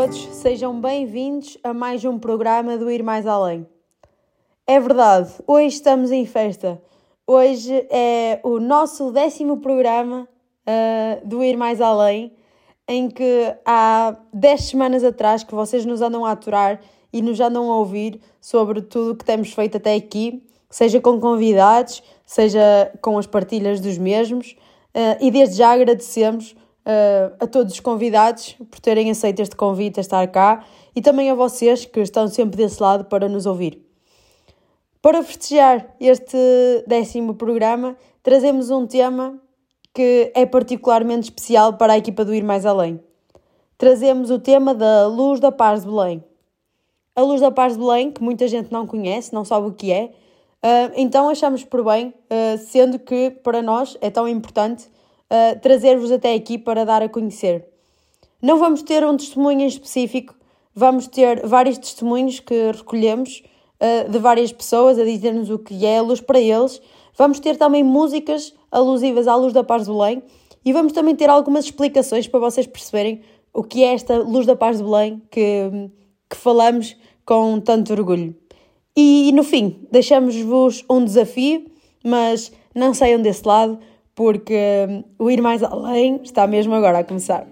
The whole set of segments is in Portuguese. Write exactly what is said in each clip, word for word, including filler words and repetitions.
todos, sejam bem-vindos a mais um programa do Ir Mais Além. É verdade, hoje estamos em festa. Hoje é o nosso décimo programa uh, do Ir Mais Além, em que há dez semanas atrás que vocês nos andam a aturar e nos andam a ouvir sobre tudo o que temos feito até aqui, seja com convidados, seja com as partilhas dos mesmos, uh, e desde já agradecemos Uh, a todos os convidados por terem aceito este convite a estar cá e também a vocês que estão sempre desse lado para nos ouvir. Para festejar este décimo programa, trazemos um tema que é particularmente especial para a equipa do Ir Mais Além. Trazemos o tema da Luz da Paz de Belém. A Luz da Paz de Belém, que muita gente não conhece, não sabe o que é, uh, então achamos por bem, uh, sendo que para nós é tão importante Uh, trazer-vos até aqui para dar a conhecer. Não vamos ter um testemunho em específico, vamos ter vários testemunhos que recolhemos uh, de várias pessoas a dizer-nos o que é a luz para eles. Vamos ter também músicas alusivas à Luz da Paz de Belém e vamos também ter algumas explicações para vocês perceberem o que é esta Luz da Paz de Belém que, que falamos com tanto orgulho. E, e no fim, deixamos-vos um desafio, mas não saiam desse lado, porque o Ir Mais Além está mesmo agora a começar.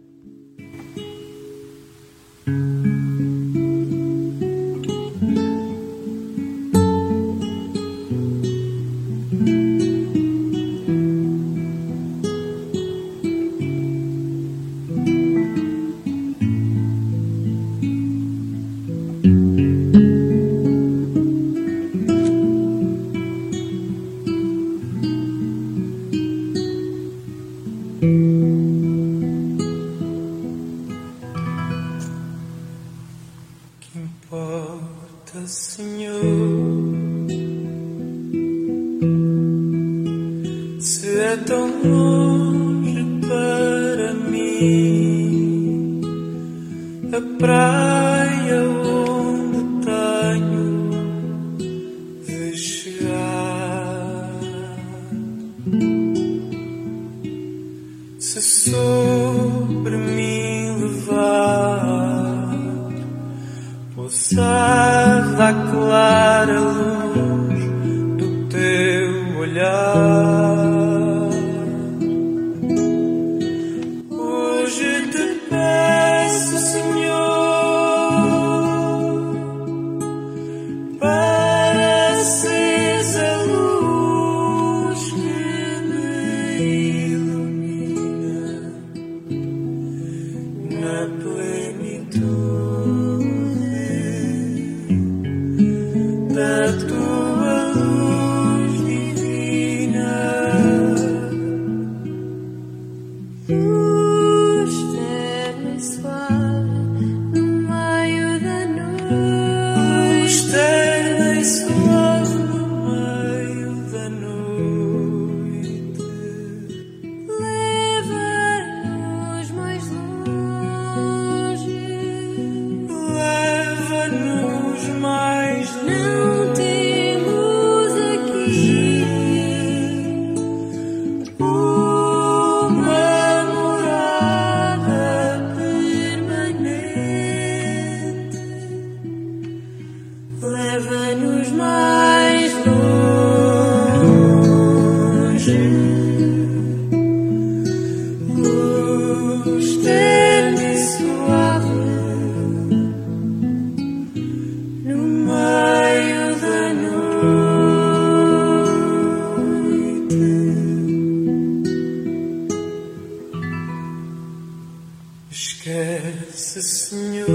Esquece, Senhor,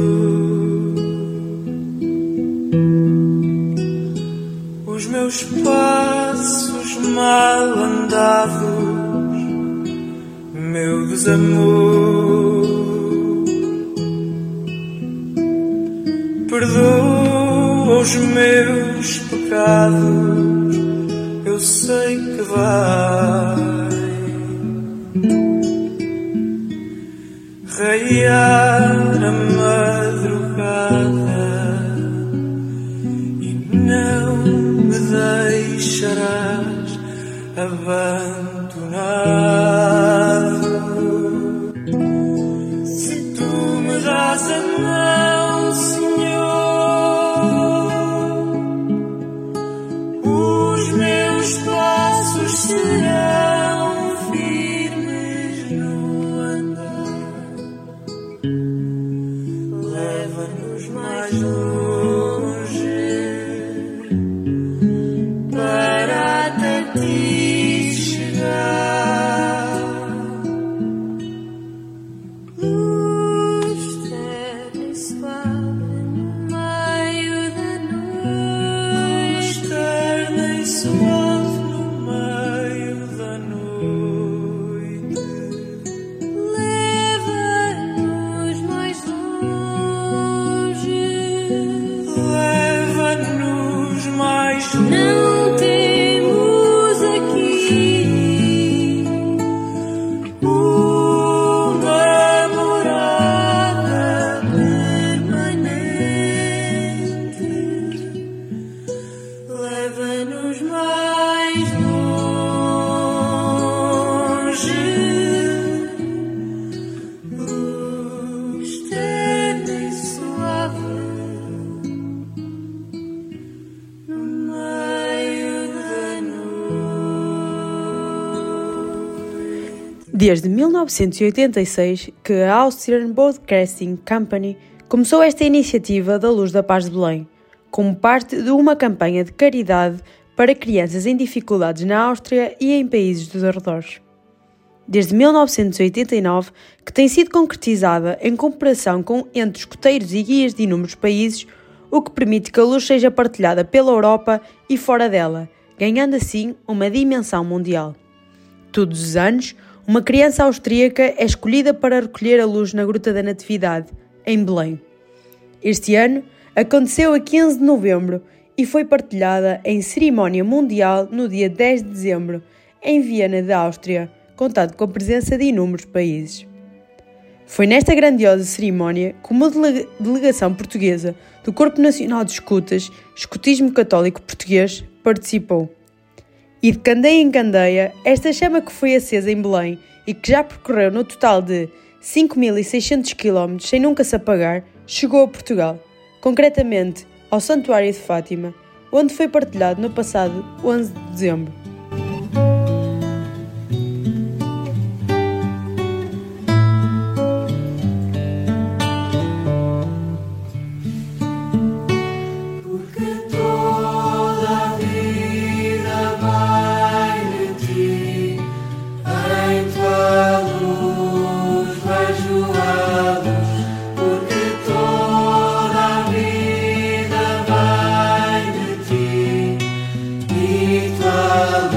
os meus passos mal andados, meu desamor. Perdoa os meus pecados, eu sei que vai raiar a madrugada e não me deixarás abandonado. Se tu me dás amor, mais não temos aqui uma morada permanente. Leva-nos mais longe, externo e suave, no meio da noite. Desde mil novecentos e oitenta e seis que a Austrian Broadcasting Company começou esta iniciativa da Luz da Paz de Belém, como parte de uma campanha de caridade para crianças em dificuldades na Áustria e em países dos arredores. Desde mil novecentos e oitenta e nove que tem sido concretizada em cooperação com entre escoteiros e guias de inúmeros países, o que permite que a luz seja partilhada pela Europa e fora dela, ganhando assim uma dimensão mundial. Todos os anos, uma criança austríaca é escolhida para recolher a luz na Gruta da Natividade, em Belém. Este ano aconteceu a quinze de novembro e foi partilhada em cerimónia mundial no dia dez de dezembro, em Viena da Áustria, contado com a presença de inúmeros países. Foi nesta grandiosa cerimónia que uma delega- delegação portuguesa do Corpo Nacional de Escutas, Escutismo Católico Português, participou. E de candeia em candeia, esta chama que foi acesa em Belém e que já percorreu no total de cinco mil e seiscentos quilómetros sem nunca se apagar, chegou a Portugal, concretamente ao Santuário de Fátima, onde foi partilhado no passado onze de dezembro. Porque toda a vida vem de ti, em tua luz vejo a luz. Porque toda a vida vem de ti, e tua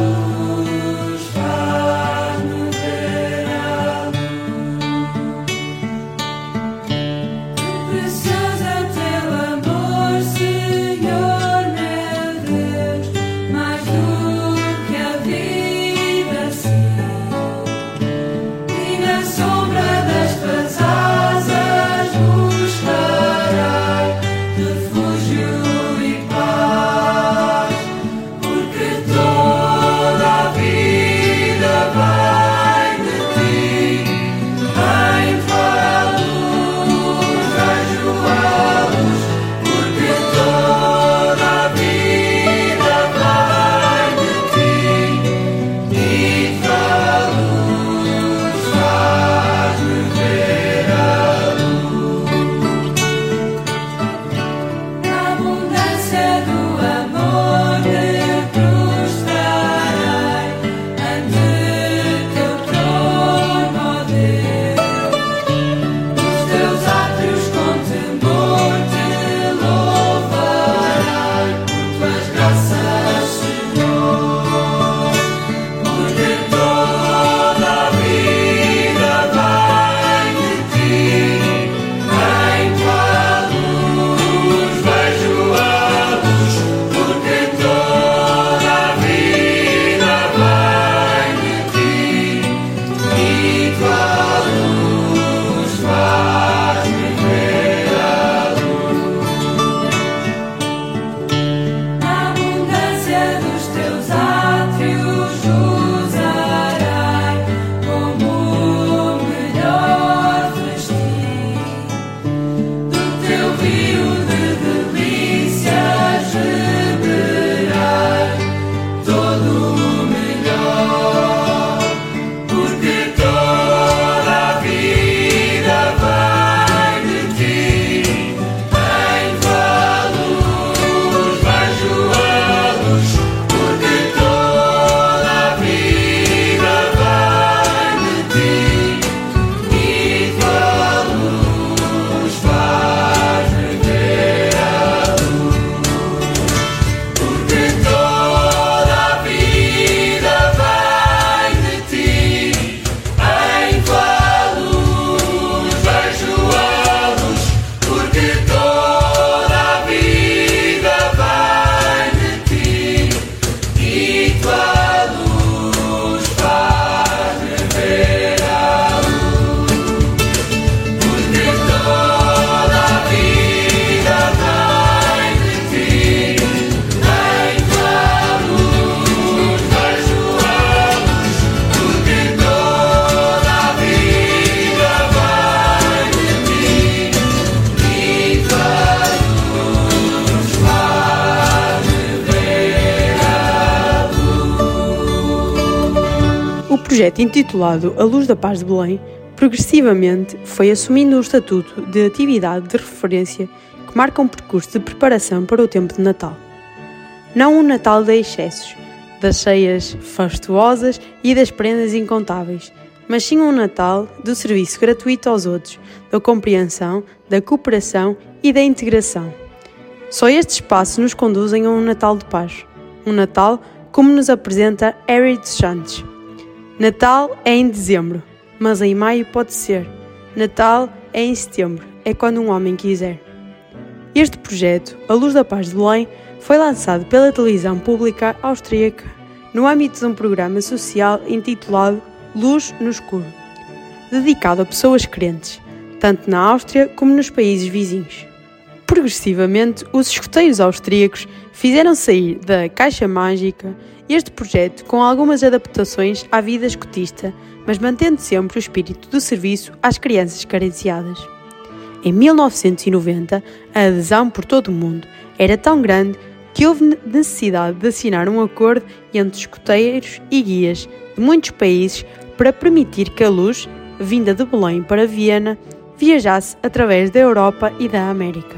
projeto intitulado A Luz da Paz de Belém, progressivamente foi assumindo o estatuto de atividade de referência que marca um percurso de preparação para o tempo de Natal. Não um Natal de excessos, das ceias fastuosas e das prendas incontáveis, mas sim um Natal do serviço gratuito aos outros, da compreensão, da cooperação e da integração. Só estes passos nos conduzem a um Natal de paz. Um Natal como nos apresenta Harry dos Santos. Natal é em dezembro, mas em maio pode ser. Natal é em setembro, é quando um homem quiser. Este projeto, A Luz da Paz de Belém, foi lançado pela televisão pública austríaca no âmbito de um programa social intitulado Luz no Escuro, dedicado a pessoas crentes, tanto na Áustria como nos países vizinhos. Progressivamente, os escuteiros austríacos fizeram sair da caixa mágica este projeto com algumas adaptações à vida escutista, mas mantendo sempre o espírito do serviço às crianças carenciadas. Em mil novecentos e noventa, a adesão por todo o mundo era tão grande que houve necessidade de assinar um acordo entre escuteiros e guias de muitos países para permitir que a luz, vinda de Belém para Viena, viajasse através da Europa e da América.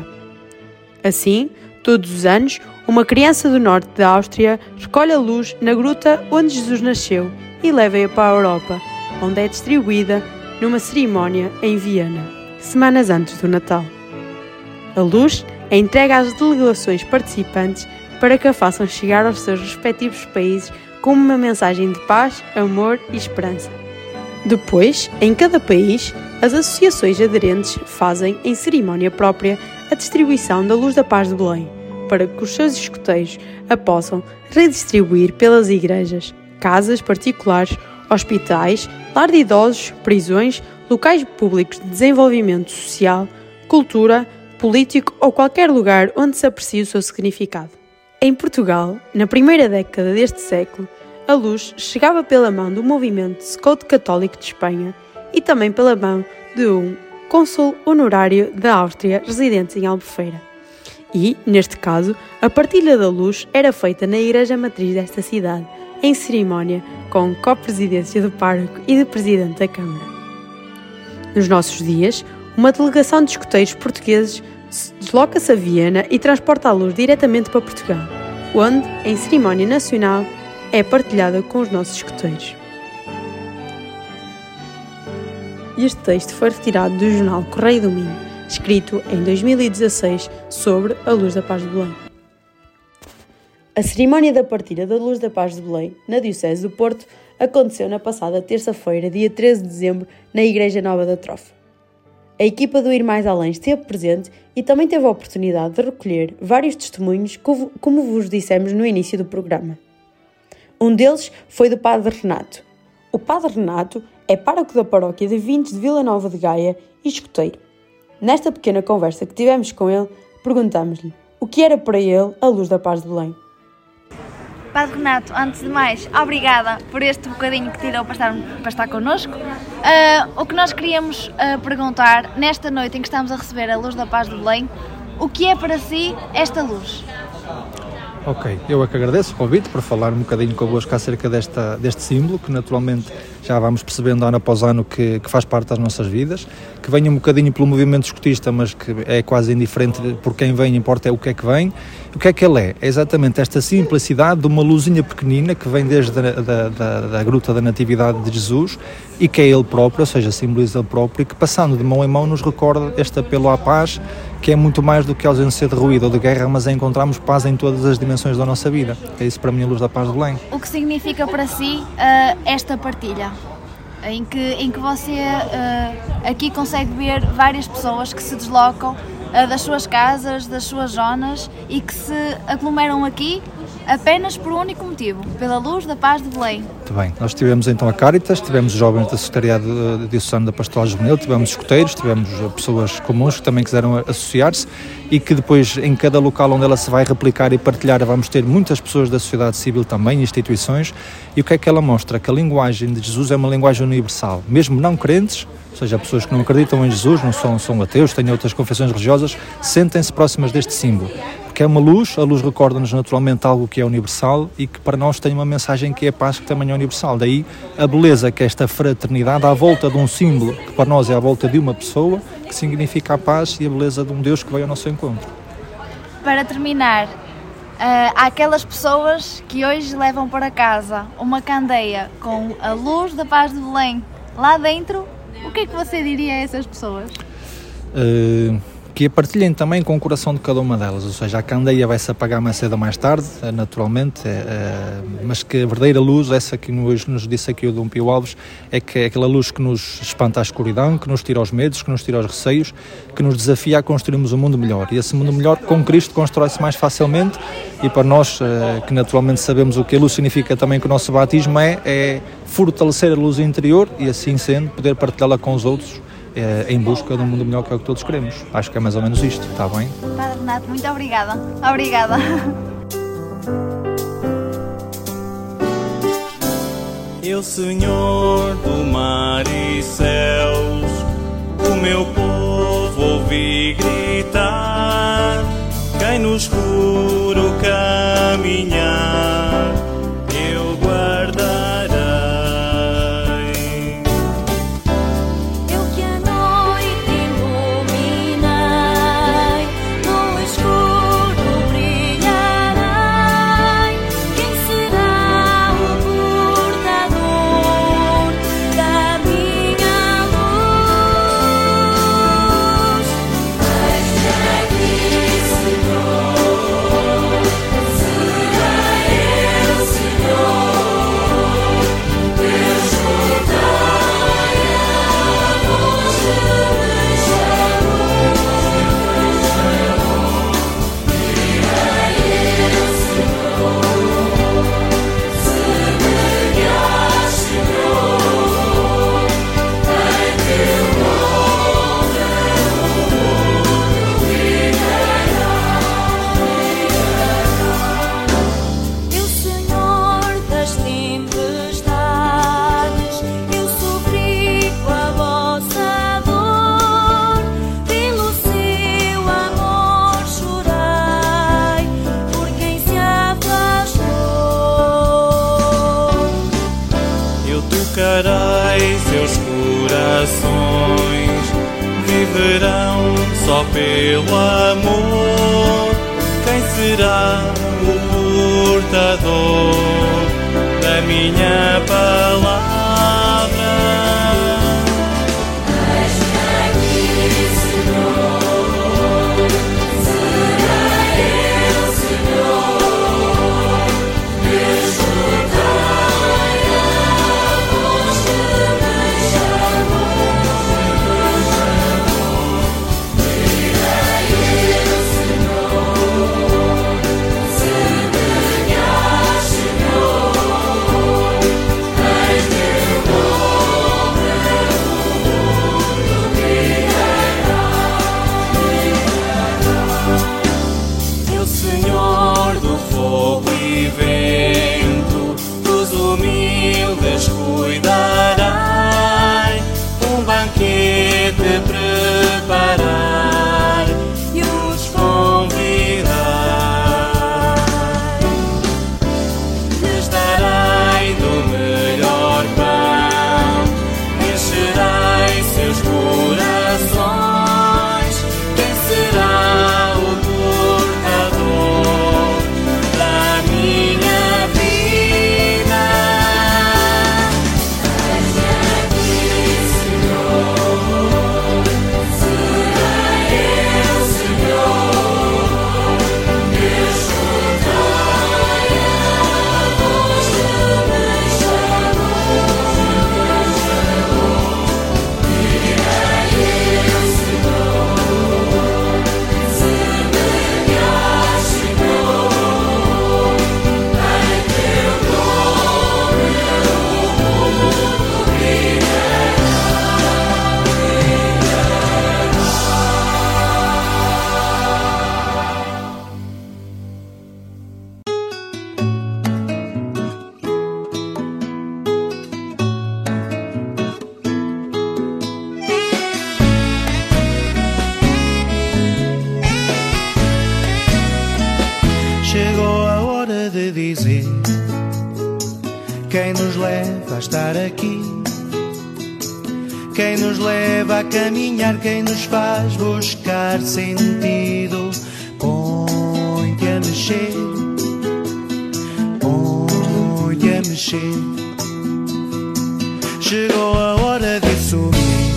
Assim, todos os anos, uma criança do norte da Áustria recolhe a luz na gruta onde Jesus nasceu e leva-a para a Europa, onde é distribuída numa cerimónia em Viena, semanas antes do Natal. A luz é entregue às delegações participantes para que a façam chegar aos seus respectivos países como uma mensagem de paz, amor e esperança. Depois, em cada país, as associações aderentes fazem, em cerimónia própria, a distribuição da Luz da Paz de Belém, para que os seus escuteiros a possam redistribuir pelas igrejas, casas particulares, hospitais, lar de idosos, prisões, locais públicos de desenvolvimento social, cultura, político ou qualquer lugar onde se aprecie o seu significado. Em Portugal, na primeira década deste século, a luz chegava pela mão do movimento Scout Católico de Espanha e também pela mão de um cônsul honorário da Áustria residente em Albufeira. E, neste caso, a partilha da luz era feita na igreja matriz desta cidade, em cerimónia, com co-presidência do pároco e do presidente da Câmara. Nos nossos dias, uma delegação de escuteiros portugueses desloca-se a Viena e transporta a luz diretamente para Portugal, onde, em cerimónia nacional, é partilhada com os nossos escuteiros. Este texto foi retirado do jornal Correio do Minho, escrito em dois mil e dezasseis, sobre a Luz da Paz de Belém. A cerimónia da partilha da Luz da Paz de Belém, na Diocese do Porto, aconteceu na passada terça-feira, dia treze de dezembro, na Igreja Nova da Trofa. A equipa do Ir Mais Além esteve presente e também teve a oportunidade de recolher vários testemunhos, como vos dissemos no início do programa. Um deles foi do Padre Renato. O Padre Renato é pároco da paróquia de Vintes de Vila Nova de Gaia e escuteiro. Nesta pequena conversa que tivemos com ele, perguntámos-lhe o que era para ele a Luz da Paz de Belém. Padre Renato, antes de mais, obrigada por este bocadinho que tirou para estar, para estar connosco. Uh, o que nós queríamos uh, perguntar, nesta noite em que estamos a receber a Luz da Paz de Belém, o que é para si esta luz? Ok, eu é que agradeço o convite para falar um bocadinho convosco acerca desta, deste símbolo, que naturalmente já vamos percebendo ano após ano que, que faz parte das nossas vidas, que vem um bocadinho pelo movimento escutista, mas que é quase indiferente por quem vem, importa é o que é que vem. O que é que ele é? É exatamente esta simplicidade de uma luzinha pequenina que vem desde a da, da, da gruta da Natividade de Jesus e que é ele próprio, ou seja, simboliza ele próprio, e que passando de mão em mão nos recorda este apelo à paz, que é muito mais do que a ausência de ruído ou de guerra, mas é encontrarmos paz em todas as dimensões da nossa vida. É isso para mim a Luz da Paz de Belém. O que significa para si uh, esta partilha? Em que, em que você uh, aqui consegue ver várias pessoas que se deslocam uh, das suas casas, das suas zonas e que se aglomeram aqui apenas por um único motivo, pela Luz da Paz de Belém. Muito bem, nós tivemos então a Cáritas, tivemos jovens da Secretariado Diocesano da Pastoral Juvenil, tivemos escuteiros, tivemos pessoas comuns que também quiseram associar-se e que depois em cada local onde ela se vai replicar e partilhar vamos ter muitas pessoas da sociedade civil também, instituições. E o que é que ela mostra? Que a linguagem de Jesus é uma linguagem universal, mesmo não crentes, ou seja, pessoas que não acreditam em Jesus, não são, são ateus, têm outras confissões religiosas, sentem-se próximas deste símbolo. porque é uma luz, a luz recorda-nos naturalmente algo que é universal e que para nós tem uma mensagem que é a paz, que também é universal. Daí a beleza que é esta fraternidade à volta de um símbolo, que para nós é à volta de uma pessoa, que significa a paz e a beleza de um Deus que veio ao nosso encontro. Para terminar, Uh, há aquelas pessoas que hoje levam para casa uma candeia com a luz da paz de Belém lá dentro. O que é que você diria a essas pessoas? Uh, que a partilhem também com o coração de cada uma delas, ou seja, a candeia vai se apagar mais cedo ou mais tarde, naturalmente, uh, mas que a verdadeira luz, essa que hoje nos disse aqui o Dom Pio Alves, é que é aquela luz que nos espanta a escuridão, que nos tira os medos, que nos tira os receios, que nos desafia a construirmos um mundo melhor. E esse mundo melhor com Cristo constrói-se mais facilmente. E para nós, que naturalmente sabemos o que a luz significa também, que o nosso batismo é, é fortalecer a luz interior e assim sendo, poder partilhá-la com os outros é, em busca de um mundo melhor, que é o que todos queremos. Acho que é mais ou menos isto, está bem? Padre Renato, muito obrigada. Obrigada. Eu, Senhor do mar e céus, o meu povo ouvi gritar, quem no escuro caminhar, eu guardarei. Eu que a noite iluminei, no escuro brilharei. Quem será o portador da minha luz? Eis-me aqui, Senhor. Será eu, Senhor. Eu escutai a voz que me chamou. Direi eu, Senhor. Se me guias, Senhor, em teu nome o mundo viverá. Eu, Senhor das tempestades, eu sofri com a vossa dor, pelo seu amor chorei, por quem se afastou. Eu tocarei seus corações, viverão só pelo amor. Quem será o portador da minha palavra? Eis-me aqui, Senhor. Será eu, Senhor. Escutai a voz que me chamou. Direi eu, Senhor. Se me guias, Senhor, em hora de dizer quem nos leva a estar aqui, quem nos leva a caminhar, quem nos faz buscar sentido. Põe-te a mexer, põe-te a mexer. Chegou a hora de assumir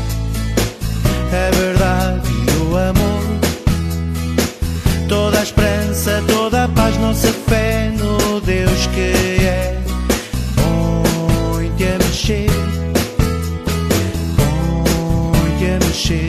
a verdade e o amor, toda a esperança, toda a paz, nossa fé no Deus que é. Põe-te a mexer, põe-te a mexer.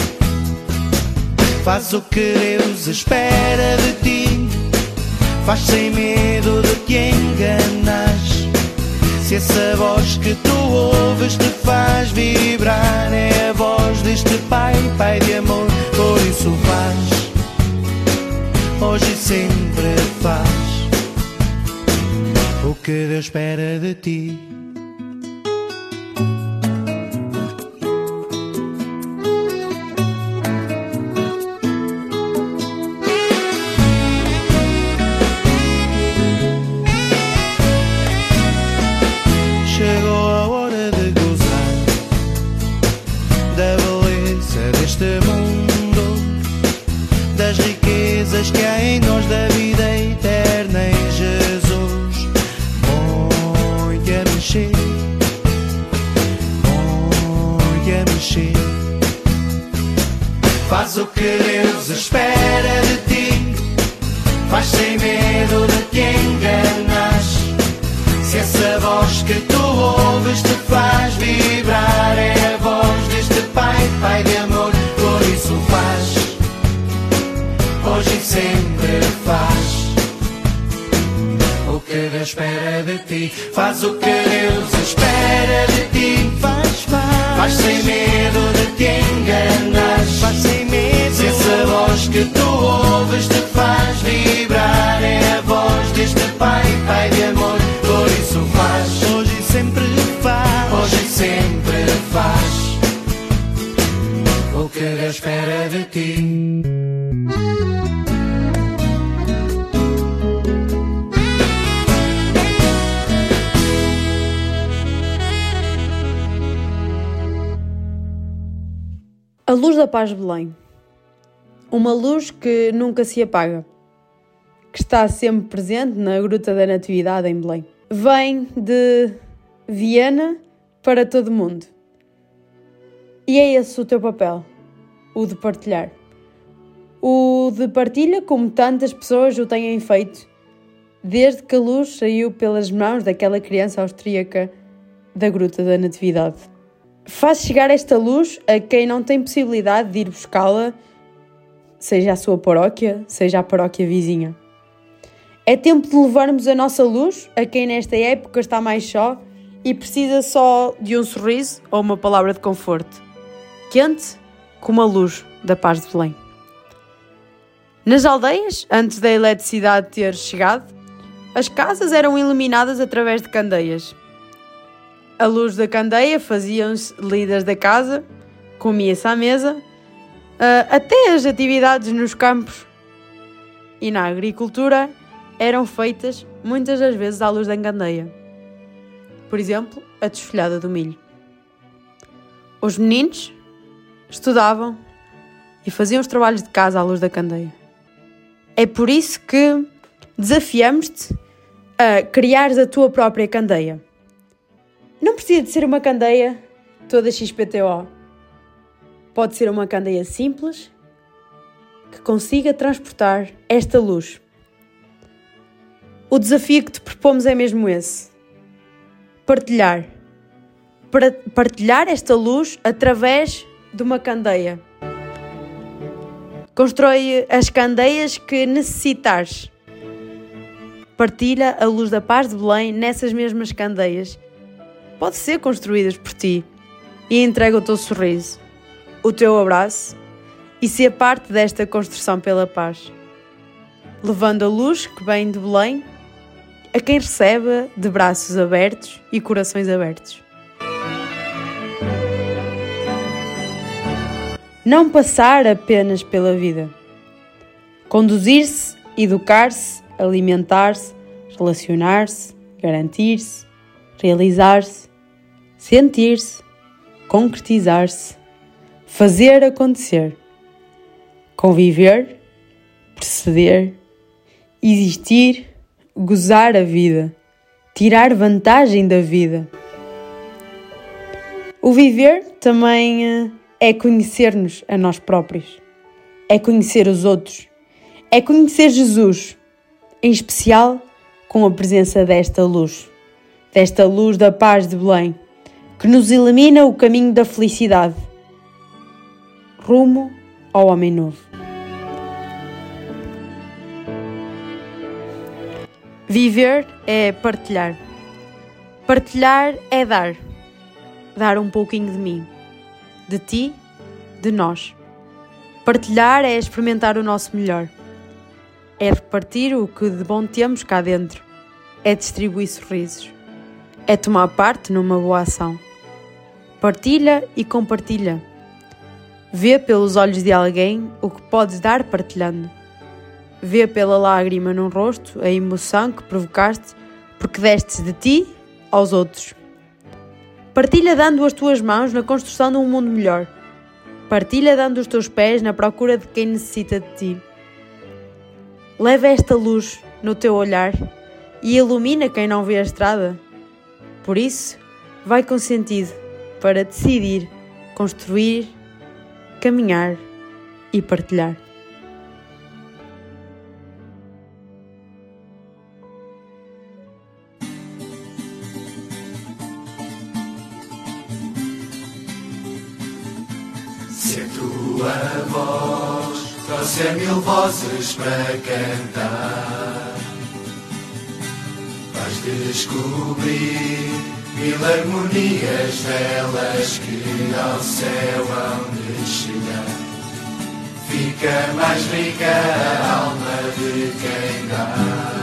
Faz o que Deus espera de ti, faz sem medo de te enganares. Se essa voz que tu ouves te faz vibrar, é a voz deste Pai, Pai de amor. Por isso faz, hoje e sempre faz o que Deus espera de ti. Chegou a hora de gozar da beleza deste mundo, das riquezas que há em nós, da vida eterna em Jesus. Põe-te a mexer, põe-te a mexer. Faz o que Deus espera de ti, faz sem medo de te enganares. Se essa voz que tu ouves te faz vibrar, é a voz deste Pai, Pai de amor. Por isso faz, hoje e sempre faz o que Deus espera de ti. Faz o que Deus espera de ti, faz, faz, faz sem medo de te enganares. Faz sem medo. Se essa voz que tu ouves te faz vibrar, é a voz deste Pai, Pai de amor. Por isso faz, hoje e sempre faz, hoje e sempre faz o que Deus espera de ti. A luz da paz de Belém. Uma luz que nunca se apaga, que está sempre presente na Gruta da Natividade em Belém. Vem de Viena para todo o mundo. E é esse o teu papel, o de partilhar. O de partilha como tantas pessoas o têm feito, desde que a luz saiu pelas mãos daquela criança austríaca da Gruta da Natividade. Faz chegar esta luz a quem não tem possibilidade de ir buscá-la, seja a sua paróquia, seja a paróquia vizinha. É tempo de levarmos a nossa luz a quem nesta época está mais só e precisa só de um sorriso ou uma palavra de conforto. Quente como a luz da paz de Belém. Nas aldeias, antes da eletricidade ter chegado, as casas eram iluminadas através de candeias. A luz da candeia faziam-se líderes da casa, comia-se à mesa, até as atividades nos campos e na agricultura eram feitas muitas das vezes à luz da candeia. Por exemplo, a desfolhada do milho. Os meninos estudavam e faziam os trabalhos de casa à luz da candeia. É por isso que desafiamos-te a criares a tua própria candeia. Não precisa de ser uma candeia toda X P T O. Pode ser uma candeia simples que consiga transportar esta luz. O desafio que te propomos é mesmo esse. Partilhar. Para partilhar esta luz através de uma candeia. Constrói as candeias que necessitares. Partilha a luz da paz de Belém nessas mesmas candeias. Pode ser construídas por ti e entrega o teu sorriso, o teu abraço e ser parte desta construção pela paz, levando a luz que vem de Belém a quem recebe de braços abertos e corações abertos. Não passar apenas pela vida. Conduzir-se, educar-se alimentar-se, relacionar-se, garantir-se, realizar-se, sentir-se, concretizar-se, fazer acontecer, conviver, proceder, existir, gozar a vida, tirar vantagem da vida. O viver também é conhecer-nos a nós próprios, é conhecer os outros, é conhecer Jesus, em especial com a presença desta luz, desta luz da paz de Belém, que nos ilumina o caminho da felicidade, rumo ao homem novo. Viver é partilhar. Partilhar é dar. Dar um pouquinho de mim, de ti, de nós. Partilhar é experimentar o nosso melhor. É repartir o que de bom temos cá dentro. É distribuir sorrisos. É tomar parte numa boa ação. Partilha e compartilha. Vê pelos olhos de alguém o que podes dar partilhando. Vê pela lágrima num rosto a emoção que provocaste porque destes de ti aos outros. Partilha dando as tuas mãos na construção de um mundo melhor. Partilha dando os teus pés na procura de quem necessita de ti. Leva esta luz no teu olhar e ilumina quem não vê a estrada. Por isso, vai com sentido para decidir, construir, caminhar e partilhar. Se a tua voz trouxer mil vozes para cantar, vais descobrir mil harmonias delas que ao céu hão de chegar. Fica mais rica a alma de quem dá.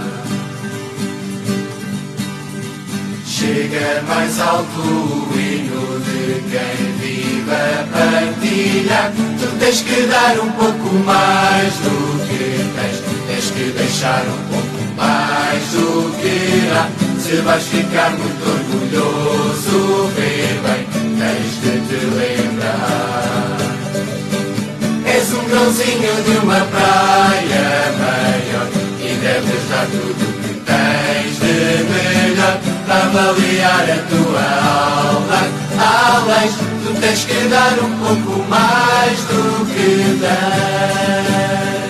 Chega mais alto o hino de quem vive a partilhar. Tu tens que dar um pouco mais do que tens, tens que deixar um pouco mais do que há. Se vais ficar muito orgulhoso, vê bem, tens de te lembrar. És um grãozinho de uma praia maior e deves dar tudo que tens de melhor para avaliar a tua alma. Além, tu tens que dar um pouco mais do que tens.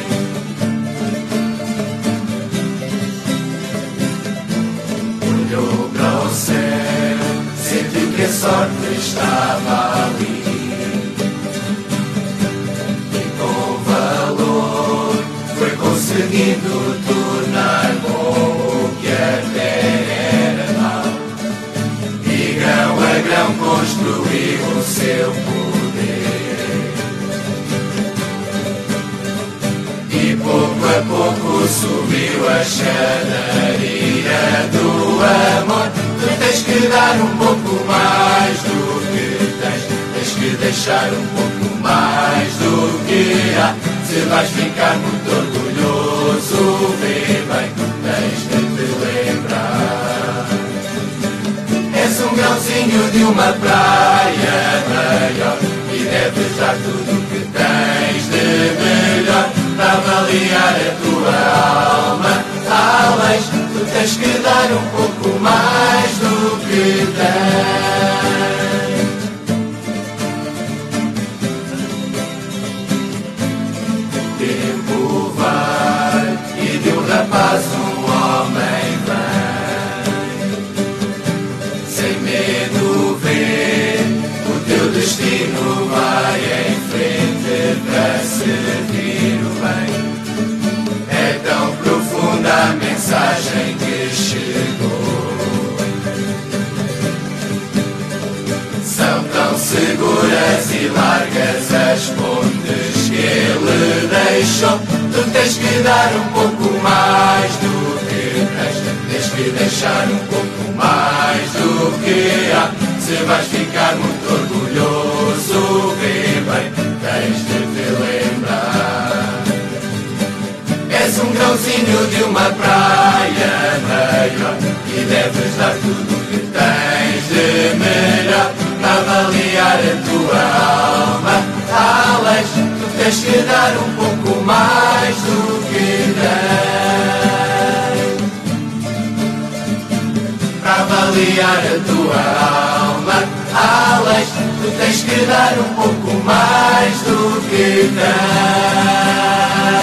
Olhou para o céu, sentiu que a sorte estava ali. E com valor foi conseguindo tornar bom o que até era mau. E grão a grão construiu o seu poder. E pouco a pouco subiu a escadaria do amor. Tu tens que dar um pouco mais do que tens, tens que deixar um pouco mais do que há. Se vais ficar muito orgulhoso, vê bem, tens de te lembrar. És um grãozinho de uma praia maior e deves dar tudo o que tens de melhor para avaliar a tua alma. Além, tu tens que dar um pouco mais do que tens. Tempo vai e de um rapaz um homem vem. Sem medo vê, o teu destino vai em frente para servir o bem. É tão profunda a mensagem que chegou. São tão seguras e largas as pontes que ele deixou. Tu tens que dar um pouco mais do que tens, tens que deixar um pouco mais do que há. Se vais ficar muito orgulhoso, vê bem, tens de te lembrar. És um grãozinho de uma praia podes dar tudo o que tens de melhor para avaliar a tua alma. Alex, tu tens que dar um pouco mais do que tens para avaliar a tua alma. Alex, tu tens que dar um pouco mais do que tens.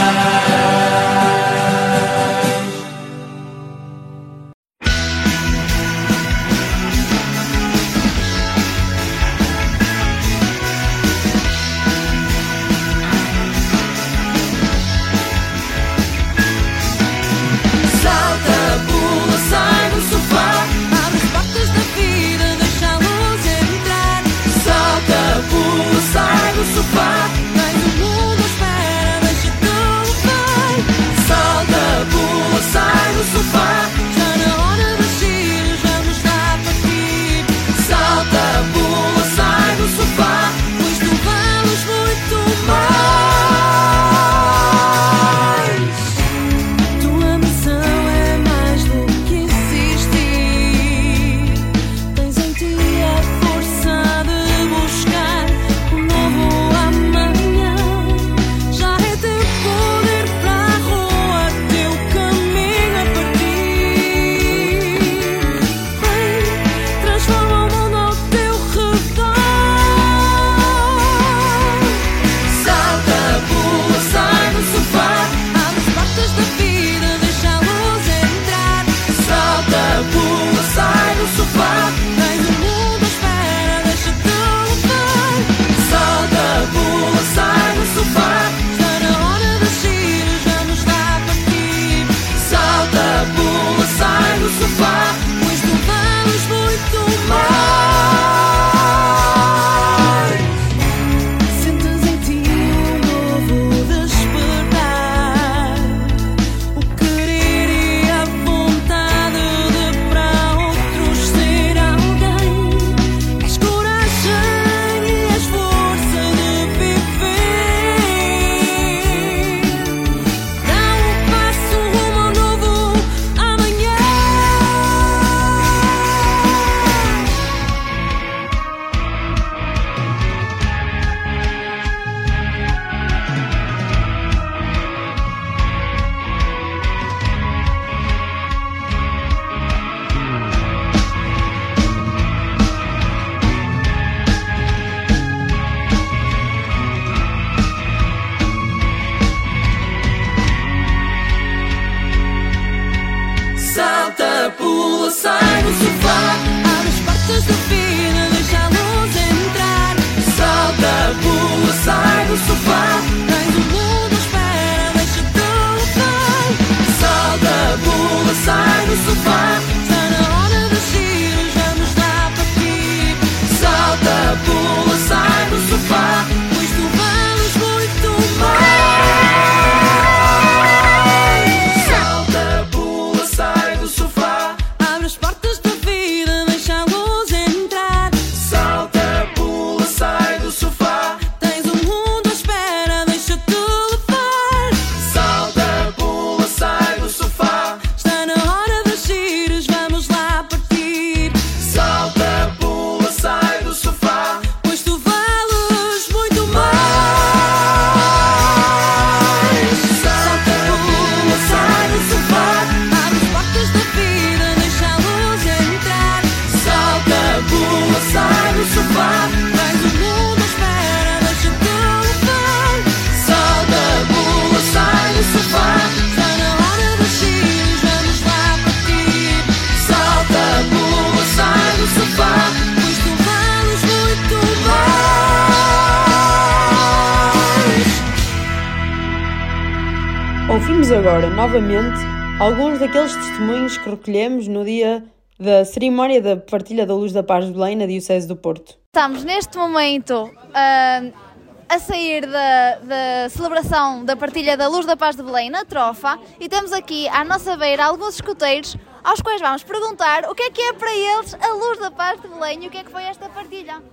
Ouvimos agora, novamente, alguns daqueles testemunhos que recolhemos no dia da cerimónia da partilha da Luz da Paz de Belém na Diocese do Porto. Estamos neste momento uh, a sair da, da celebração da partilha da Luz da Paz de Belém na Trofa e temos aqui à nossa beira alguns escuteiros aos quais vamos perguntar o que é que é para eles a Luz da Paz de Belém e o que é que foi esta partilha.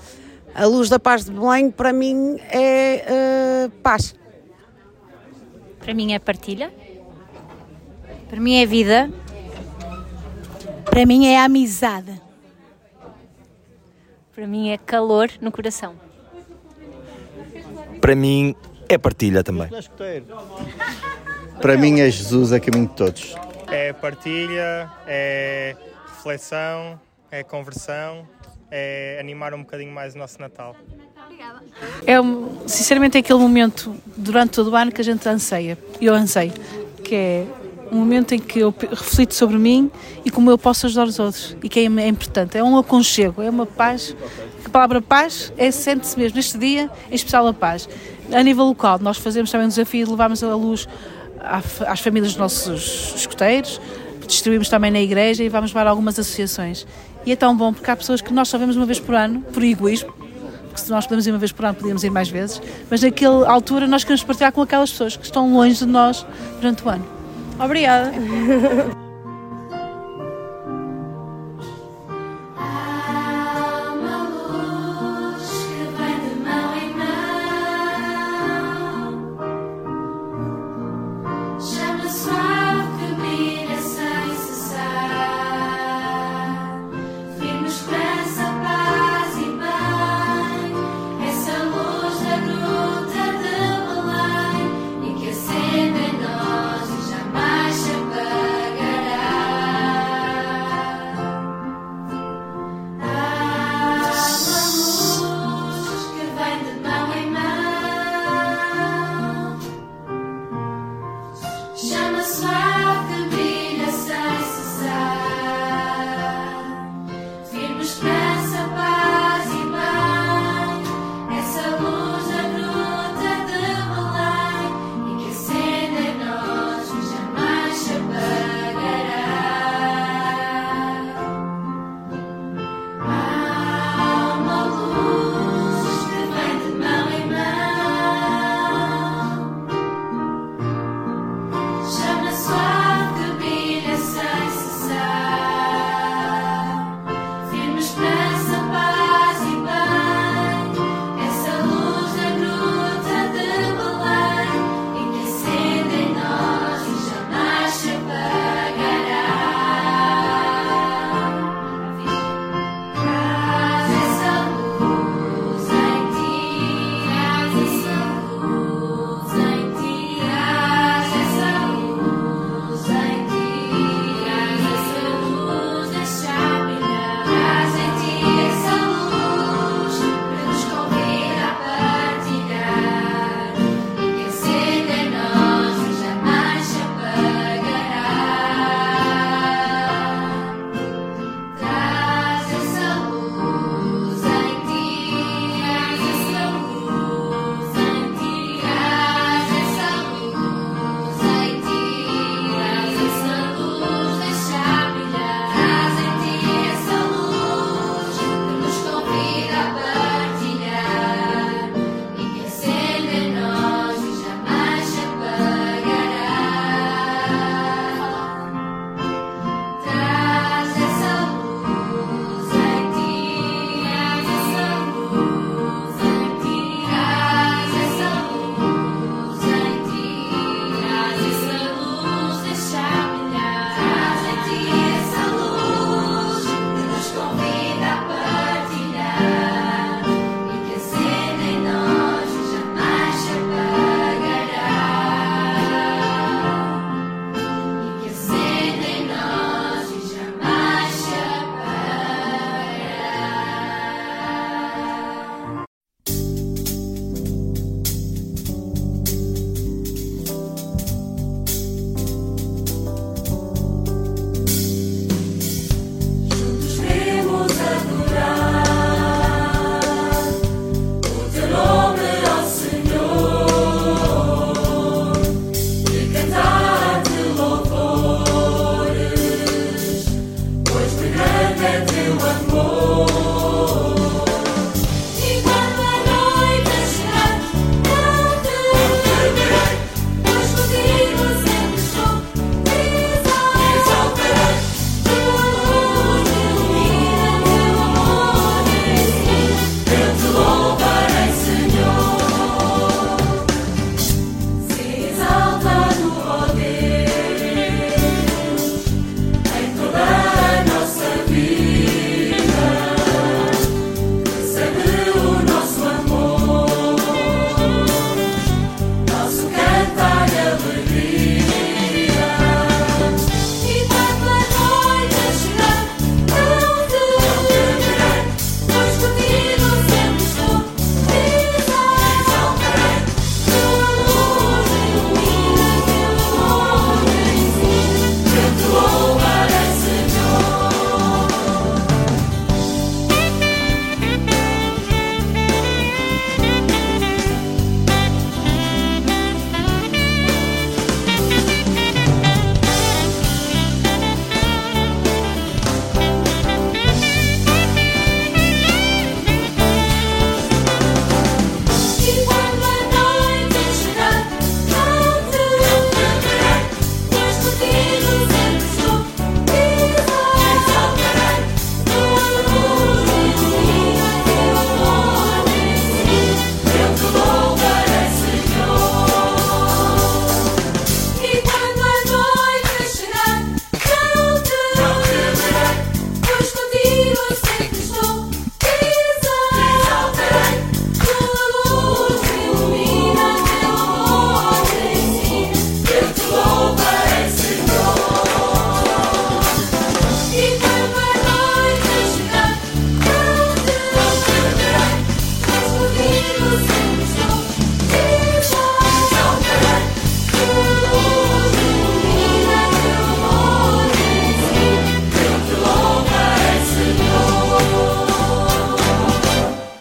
A Luz da Paz de Belém, para mim, é uh, paz. Para mim é partilha. Para mim é vida. Para mim é a amizade. Para mim é calor no coração. Para mim é partilha também. Para mim é Jesus a caminho de todos. É partilha, é reflexão, é conversão, é animar um bocadinho mais o nosso Natal. É, sinceramente, é aquele momento durante todo o ano que a gente anseia, eu anseio, que é um momento em que eu reflito sobre mim e como eu posso ajudar os outros, e que é, é importante, é um aconchego, é uma paz. A palavra paz é, sente-se mesmo neste dia, em especial a paz. A nível local, nós fazemos também um desafio de levarmos a luz às famílias dos nossos escuteiros, distribuímos também na igreja e vamos levar algumas associações. E é tão bom porque há pessoas que nós só vemos uma vez por ano, por egoísmo, porque se nós podemos ir uma vez por ano, podíamos ir mais vezes, mas naquela altura nós queremos partilhar com aquelas pessoas que estão longe de nós durante o ano. Obrigada! Acende em nós e jamais se apagará.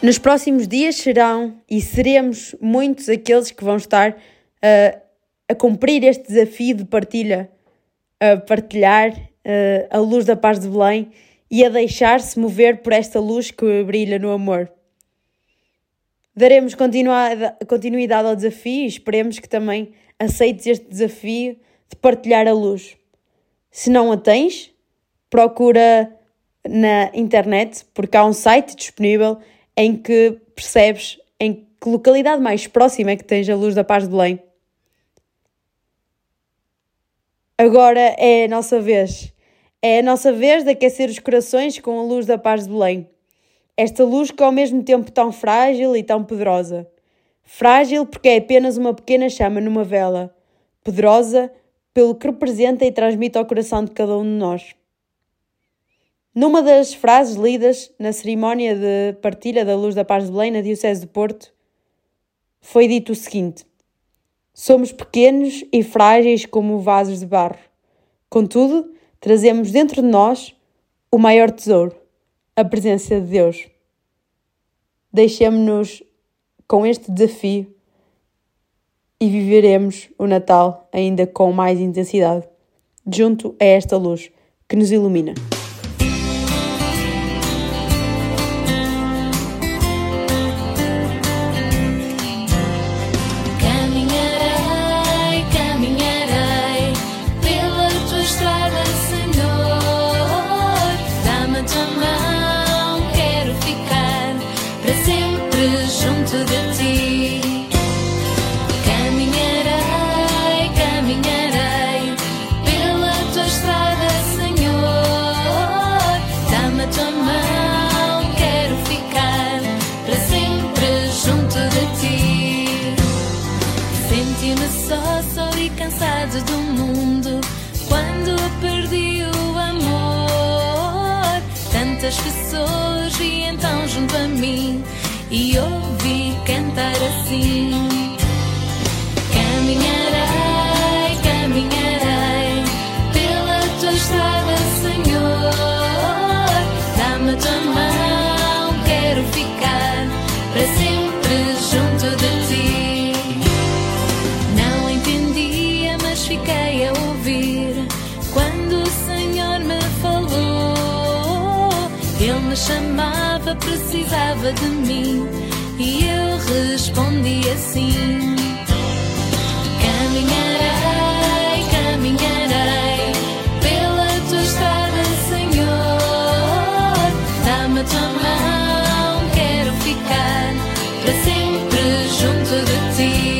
Nos próximos dias serão e seremos muitos aqueles que vão estar uh, a cumprir este desafio de partilha, a partilhar uh, a luz da paz de Belém e a deixar-se mover por esta luz que brilha no amor. Daremos continuidade ao desafio e esperemos que também aceites este desafio de partilhar a luz. Se não a tens, procura na internet, porque há um site disponível em que percebes em que localidade mais próxima é que tens a luz da paz de Belém. Agora é a nossa vez. É a nossa vez de aquecer os corações com a luz da paz de Belém. Esta luz que é ao mesmo tempo tão frágil e tão poderosa. Frágil porque é apenas uma pequena chama numa vela. Poderosa pelo que representa e transmite ao coração de cada um de nós. Numa das frases lidas na cerimónia de partilha da luz da paz de Belém na Diocese de Porto, foi dito o seguinte: somos pequenos e frágeis como vasos de barro. Contudo, trazemos dentro de nós o maior tesouro, a presença de Deus. Deixemo-nos com este desafio e viveremos o Natal ainda com mais intensidade, junto a esta luz que nos ilumina. Do mundo, quando perdi o amor, tantas pessoas vi então junto a mim e ouvi cantar assim: caminharei, caminharei pela tua estrada, Senhor, dá-me a tua mão, quero ficar para sempre junto de ti. Fiquei a ouvir quando o Senhor me falou. Ele me chamava, precisava de mim e eu respondi assim: caminharei, caminharei pela tua estrada, Senhor, dá-me a tua mão, quero ficar para sempre junto de ti.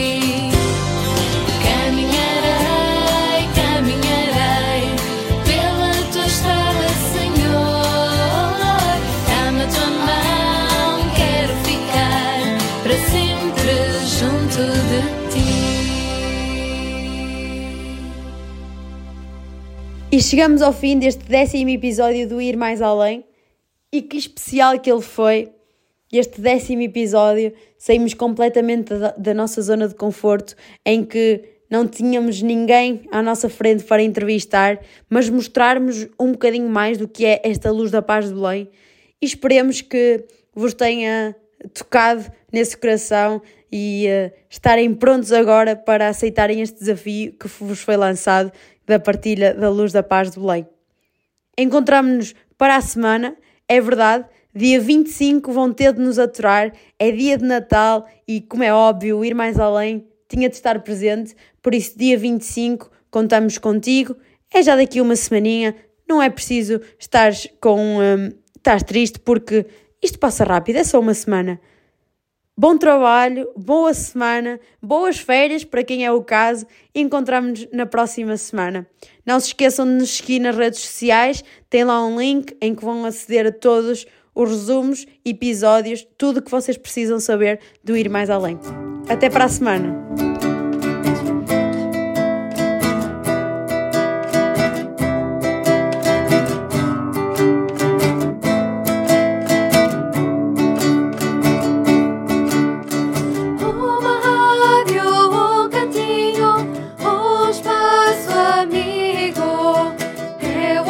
E chegamos ao fim deste décimo episódio do Ir Mais Além. E que especial que ele foi. Este décimo episódio, saímos completamente da, da nossa zona de conforto, em que não tínhamos ninguém à nossa frente para entrevistar, mas mostrarmos um bocadinho mais do que é esta luz da paz de Belém. E esperemos que vos tenha tocado nesse coração e uh, estarem prontos agora para aceitarem este desafio que vos foi lançado da partilha da luz da paz de Belém. Encontramos-nos para a semana, é verdade, dia vinte e cinco vão ter de nos aturar, é dia de Natal e, como é óbvio, o Ir Mais Além tinha de estar presente, por isso dia vinte e cinco contamos contigo, é já daqui uma semaninha, não é preciso estares com... Um, estás triste porque isto passa rápido, é só uma semana. Bom trabalho, boa semana, boas férias para quem é o caso e encontramos-nos na próxima semana. Não se esqueçam de nos seguir nas redes sociais, tem lá um link em que vão aceder a todos os resumos, episódios, tudo o que vocês precisam saber do Ir Mais Além. Até para a semana!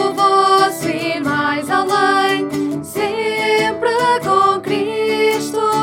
Sempre com Cristo.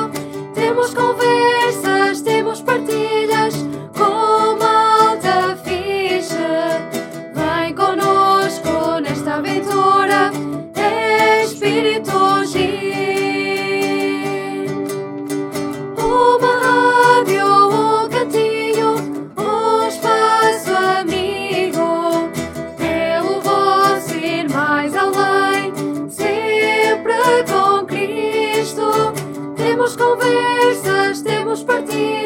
ti.